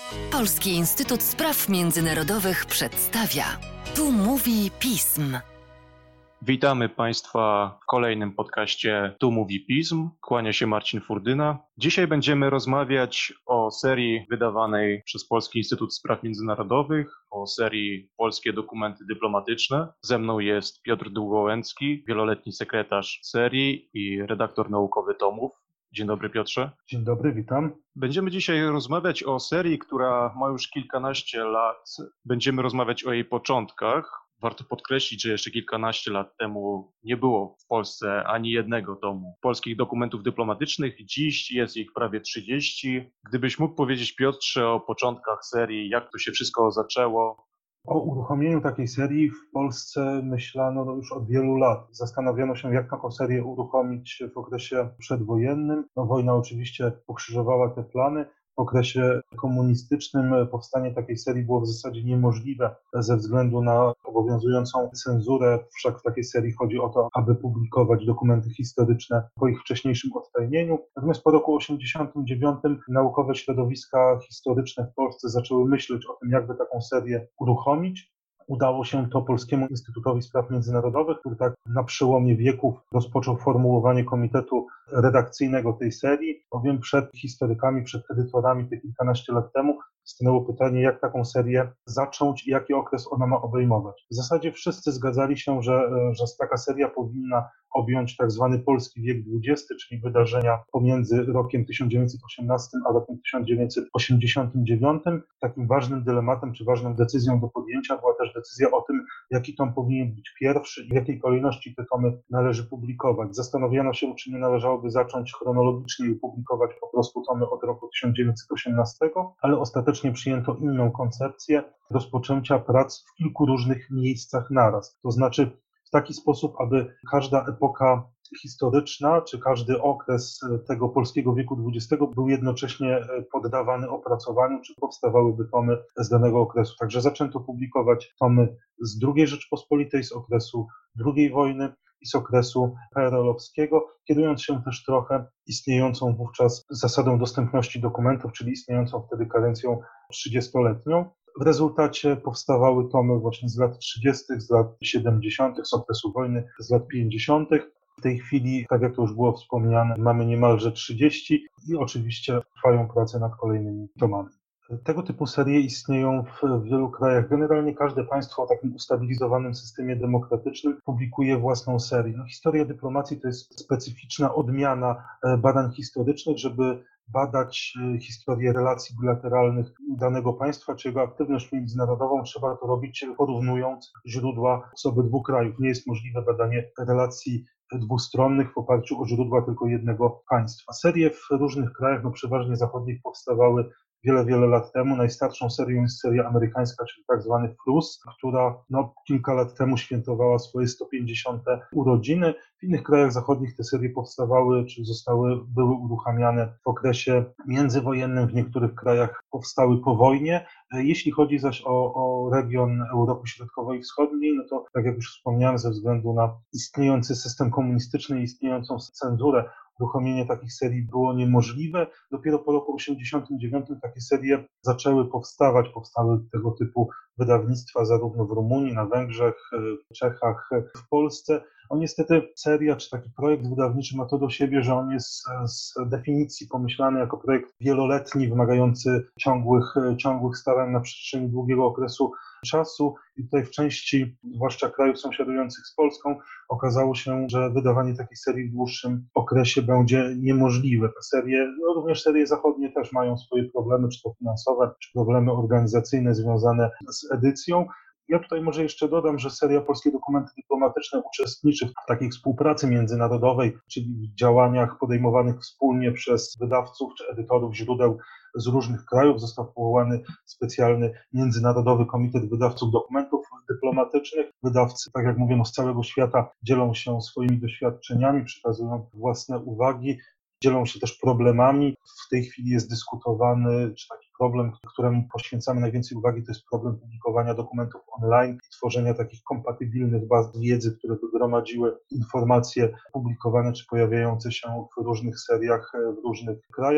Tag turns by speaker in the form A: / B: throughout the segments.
A: Polski Instytut Spraw Międzynarodowych przedstawia. Tu mówi PISM.
B: Witamy Państwa w kolejnym podcaście Tu mówi PISM. Kłania się Marcin Furdyna. Dzisiaj będziemy rozmawiać o serii wydawanej przez Polski Instytut Spraw Międzynarodowych, o serii Polskie Dokumenty Dyplomatyczne. Ze mną jest Piotr Długołęcki, wieloletni sekretarz serii i redaktor naukowy tomów. Dzień dobry, Piotrze.
C: Dzień dobry, witam.
B: Będziemy dzisiaj rozmawiać o serii, która ma już kilkanaście lat. Będziemy rozmawiać o jej początkach. Warto podkreślić, że jeszcze kilkanaście lat temu nie było w Polsce ani jednego tomu polskich dokumentów dyplomatycznych. Dziś jest ich prawie 30. Gdybyś mógł powiedzieć, Piotrze, o początkach serii, jak to się wszystko zaczęło?
C: O uruchomieniu takiej serii w Polsce myślano już od wielu lat. Zastanawiano się, jak taką serię uruchomić w okresie przedwojennym. Wojna oczywiście pokrzyżowała te plany. W okresie komunistycznym powstanie takiej serii było w zasadzie niemożliwe ze względu na obowiązującą cenzurę. Wszak w takiej serii chodzi o to, aby publikować dokumenty historyczne po ich wcześniejszym odtajnieniu. Natomiast po roku 1989 naukowe środowiska historyczne w Polsce zaczęły myśleć o tym, jakby taką serię uruchomić. Udało się to Polskiemu Instytutowi Spraw Międzynarodowych, który tak na przełomie wieków rozpoczął formułowanie komitetu redakcyjnego tej serii, bowiem przed historykami, przed edytorami te kilkanaście lat temu stanęło pytanie, jak taką serię zacząć i jaki okres ona ma obejmować. W zasadzie wszyscy zgadzali się, że taka seria powinna objąć tak zwany polski wiek XX, czyli wydarzenia pomiędzy rokiem 1918 a rokiem 1989. Takim ważnym dylematem czy ważną decyzją do podjęcia była też decyzja o tym, jaki tom powinien być pierwszy i w jakiej kolejności te tomy należy publikować. Zastanawiano się, czy nie należałoby zacząć chronologicznie i publikować po prostu tomy od roku 1918, ale ostatecznie przyjęto inną koncepcję rozpoczęcia prac w kilku różnych miejscach naraz. To znaczy w taki sposób, aby każda epoka historyczna, czy każdy okres tego polskiego wieku XX był jednocześnie poddawany opracowaniu, czy powstawałyby tomy z danego okresu. Także zaczęto publikować tomy z II Rzeczpospolitej, z okresu II wojny i z okresu PRL-owskiego, kierując się też trochę istniejącą wówczas zasadą dostępności dokumentów, czyli istniejącą wtedy kadencją 30-letnią. W rezultacie powstawały tomy właśnie z lat 30., z lat 70., z okresu wojny, z lat 50. W tej chwili, tak jak to już było wspomniane, mamy niemalże 30 i oczywiście trwają prace nad kolejnymi tomami. Tego typu serie istnieją w wielu krajach. Generalnie każde państwo o takim ustabilizowanym systemie demokratycznym publikuje własną serię. Historia dyplomacji to jest specyficzna odmiana badań historycznych, żeby badać historię relacji bilateralnych danego państwa czy jego aktywność międzynarodową, trzeba to robić porównując źródła z obydwu krajów. Nie jest możliwe badanie relacji dwustronnych w oparciu o źródła tylko jednego państwa. Serie w różnych krajach, przeważnie zachodnich, powstawały wiele lat temu. Najstarszą serią jest seria amerykańska, czyli tak zwany FLUS, która kilka lat temu świętowała swoje 150. urodziny. W innych krajach zachodnich te serie powstawały, czy były uruchamiane w okresie międzywojennym, w niektórych krajach powstały po wojnie. Jeśli chodzi zaś o region Europy Środkowej i Wschodniej, to tak jak już wspomniałem, ze względu na istniejący system komunistyczny i istniejącą cenzurę, uruchomienie takich serii było niemożliwe. Dopiero po roku 1989 takie serie zaczęły powstawać. Powstały tego typu wydawnictwa zarówno w Rumunii, na Węgrzech, w Czechach, w Polsce. Niestety seria czy taki projekt wydawniczy ma to do siebie, że on jest z definicji pomyślany jako projekt wieloletni, wymagający ciągłych starań na przestrzeni długiego okresu czasu. I tutaj w części, zwłaszcza krajów sąsiadujących z Polską, okazało się, że wydawanie takiej serii w dłuższym okresie będzie niemożliwe. Te serie, również serie zachodnie też mają swoje problemy, czy to finansowe, czy problemy organizacyjne związane z edycją. Ja tutaj może jeszcze dodam, że seria Polskie Dokumenty Dyplomatyczne uczestniczy w takiej współpracy międzynarodowej, czyli w działaniach podejmowanych wspólnie przez wydawców czy edytorów źródeł z różnych krajów. Został powołany specjalny Międzynarodowy Komitet Wydawców Dokumentów Dyplomatycznych. Wydawcy, tak jak mówiono, z całego świata dzielą się swoimi doświadczeniami, przekazują własne uwagi, dzielą się też problemami. W tej chwili jest dyskutowany, czy taki problem, któremu poświęcamy najwięcej uwagi, to jest problem publikowania dokumentów online i tworzenia takich kompatybilnych baz wiedzy, które by gromadziły informacje publikowane czy pojawiające się w różnych seriach w różnych krajach.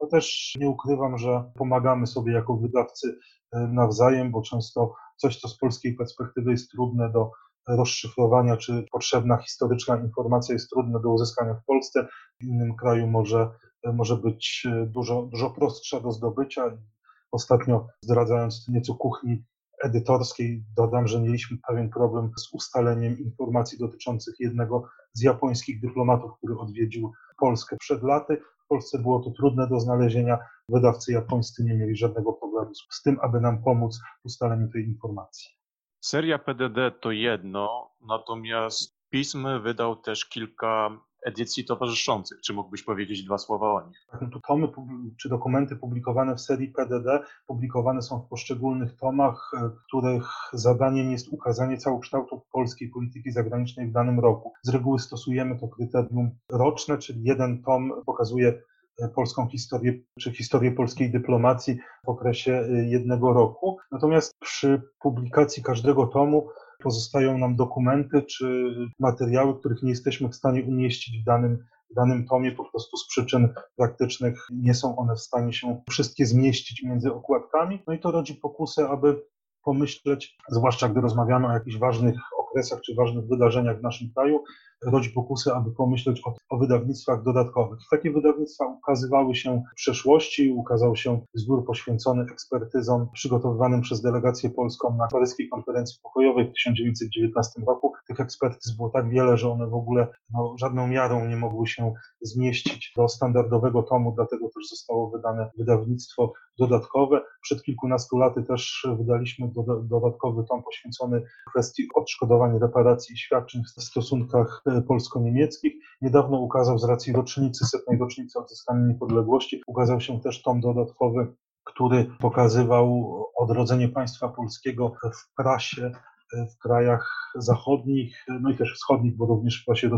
C: No też nie ukrywam, że pomagamy sobie jako wydawcy nawzajem, bo często coś, co z polskiej perspektywy jest trudne do rozszyfrowania, czy potrzebna historyczna informacja jest trudna do uzyskania w Polsce, w innym kraju może być dużo prostsza do zdobycia. Ostatnio, zdradzając nieco kuchni edytorskiej, dodam, że mieliśmy pewien problem z ustaleniem informacji dotyczących jednego z japońskich dyplomatów, który odwiedził Polskę przed laty. W Polsce było to trudne do znalezienia. Wydawcy japońscy nie mieli żadnego problemu z tym, aby nam pomóc w ustaleniu tej informacji.
B: Seria PDD to jedno, natomiast pism wydał też kilka edycji towarzyszących. Czy mógłbyś powiedzieć 2 słowa o nich?
C: Tomy czy dokumenty publikowane w serii PDD publikowane są w poszczególnych tomach, których zadaniem jest ukazanie całokształtu polskiej polityki zagranicznej w danym roku. Z reguły stosujemy to kryterium roczne, czyli jeden tom pokazuje polską historię, czy historię polskiej dyplomacji w okresie jednego roku. Natomiast przy publikacji każdego tomu pozostają nam dokumenty czy materiały, których nie jesteśmy w stanie umieścić w danym tomie, po prostu z przyczyn praktycznych nie są one w stanie się wszystkie zmieścić między okładkami. No i to rodzi pokusę, aby pomyśleć, zwłaszcza gdy rozmawiamy o jakichś ważnych okresach czy ważnych wydarzeniach w naszym kraju, rodzi pokusę, aby pomyśleć o wydawnictwach dodatkowych. Takie wydawnictwa ukazywały się w przeszłości, ukazał się zbiór poświęcony ekspertyzom przygotowywanym przez delegację polską na paryskiej konferencji pokojowej w 1919 roku. Tych ekspertyz było tak wiele, że one w ogóle żadną miarą nie mogły się zmieścić do standardowego tomu, dlatego też zostało wydane wydawnictwo dodatkowe. Przed kilkunastu laty też wydaliśmy dodatkowy tom poświęcony kwestii odszkodowań, reparacji i świadczeń w stosunkach polsko-niemieckich. Niedawno ukazał z racji rocznicy, 100. rocznicy odzyskania niepodległości, ukazał się też tom dodatkowy, który pokazywał odrodzenie państwa polskiego w prasie w krajach zachodnich, no i też wschodnich, bo również w prasie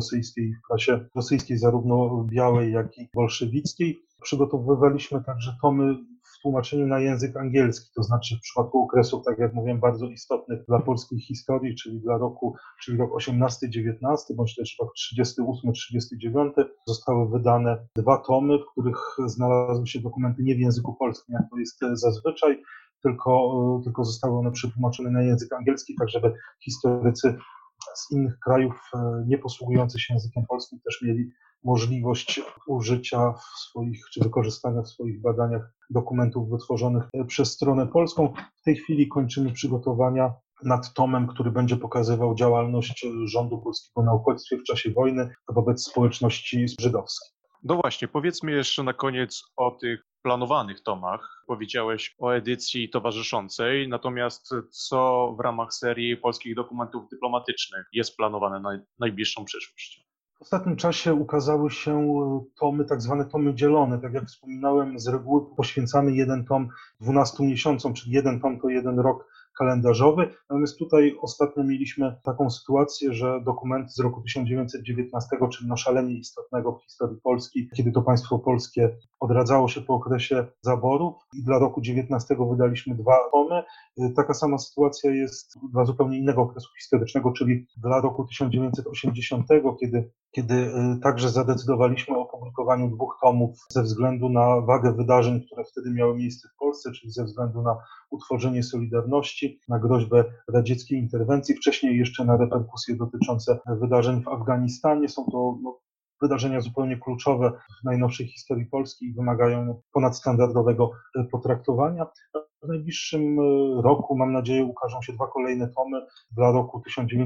C: rosyjskiej zarówno białej, jak i bolszewickiej. Przygotowywaliśmy także tomy w tłumaczeniu na język angielski, to znaczy w przypadku okresów, tak jak mówiłem, bardzo istotnych dla polskiej historii, czyli rok 18-19, bądź też rok 38-39, zostały wydane 2 tomy, w których znalazły się dokumenty nie w języku polskim, jak to jest zazwyczaj, tylko zostały one przetłumaczone na język angielski, tak żeby historycy z innych krajów nie posługujących się językiem polskim też mieli możliwość użycia w swoich, czy wykorzystania w swoich badaniach dokumentów wytworzonych przez stronę polską. W tej chwili kończymy przygotowania nad tomem, który będzie pokazywał działalność rządu polskiego na uchodźstwie w czasie wojny wobec społeczności żydowskiej.
B: No właśnie, powiedzmy jeszcze na koniec o tych planowanych tomach. Powiedziałeś o edycji towarzyszącej, natomiast co w ramach serii polskich dokumentów dyplomatycznych jest planowane na najbliższą przyszłość?
C: W ostatnim czasie ukazały się tomy, tak zwane tomy dzielone. Tak jak wspominałem, z reguły poświęcamy jeden tom 12 miesiącom, czyli jeden tom to jeden rok kalendarzowy. Natomiast tutaj ostatnio mieliśmy taką sytuację, że dokumenty z roku 1919, czyli szalenie istotnego w historii Polski, kiedy to państwo polskie odradzało się po okresie zaborów i dla roku 19 wydaliśmy 2 tomy. Taka sama sytuacja jest dla zupełnie innego okresu historycznego, czyli dla roku 1980, kiedy także zadecydowaliśmy o opublikowaniu 2 tomów ze względu na wagę wydarzeń, które wtedy miały miejsce w Polsce, czyli ze względu na utworzenie Solidarności, na groźbę radzieckiej interwencji, wcześniej jeszcze na reperkusje dotyczące wydarzeń w Afganistanie. Są to wydarzenia zupełnie kluczowe w najnowszej historii Polski i wymagają ponadstandardowego potraktowania. W najbliższym roku, mam nadzieję, ukażą się 2 kolejne tomy dla roku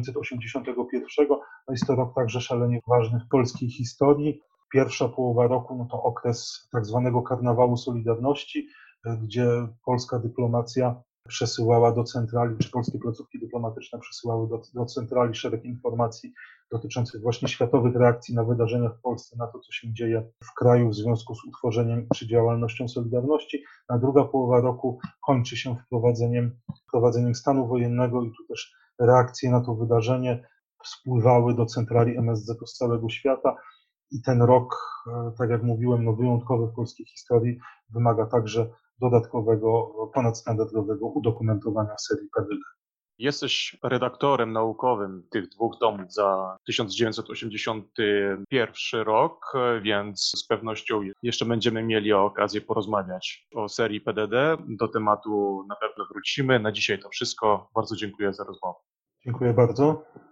C: 1981. No jest to rok także szalenie ważny w polskiej historii. Pierwsza połowa roku to okres tak zwanego karnawału Solidarności, gdzie polska dyplomacja przesyłała do centrali, czy polskie placówki dyplomatyczne przesyłały do centrali szereg informacji dotyczących właśnie światowych reakcji na wydarzenia w Polsce, na to, co się dzieje w kraju w związku z utworzeniem czy działalnością Solidarności. A druga połowa roku kończy się wprowadzeniem stanu wojennego i tu też reakcje na to wydarzenie spływały do centrali MSZ-u z całego świata. I ten rok, tak jak mówiłem, wyjątkowy w polskiej historii, wymaga także dodatkowego, ponadstandardowego udokumentowania w serii PDD.
B: Jesteś redaktorem naukowym tych dwóch tomów za 1981 rok, więc z pewnością jeszcze będziemy mieli okazję porozmawiać o serii PDD. Do tematu na pewno wrócimy. Na dzisiaj to wszystko. Bardzo dziękuję za rozmowę.
C: Dziękuję bardzo.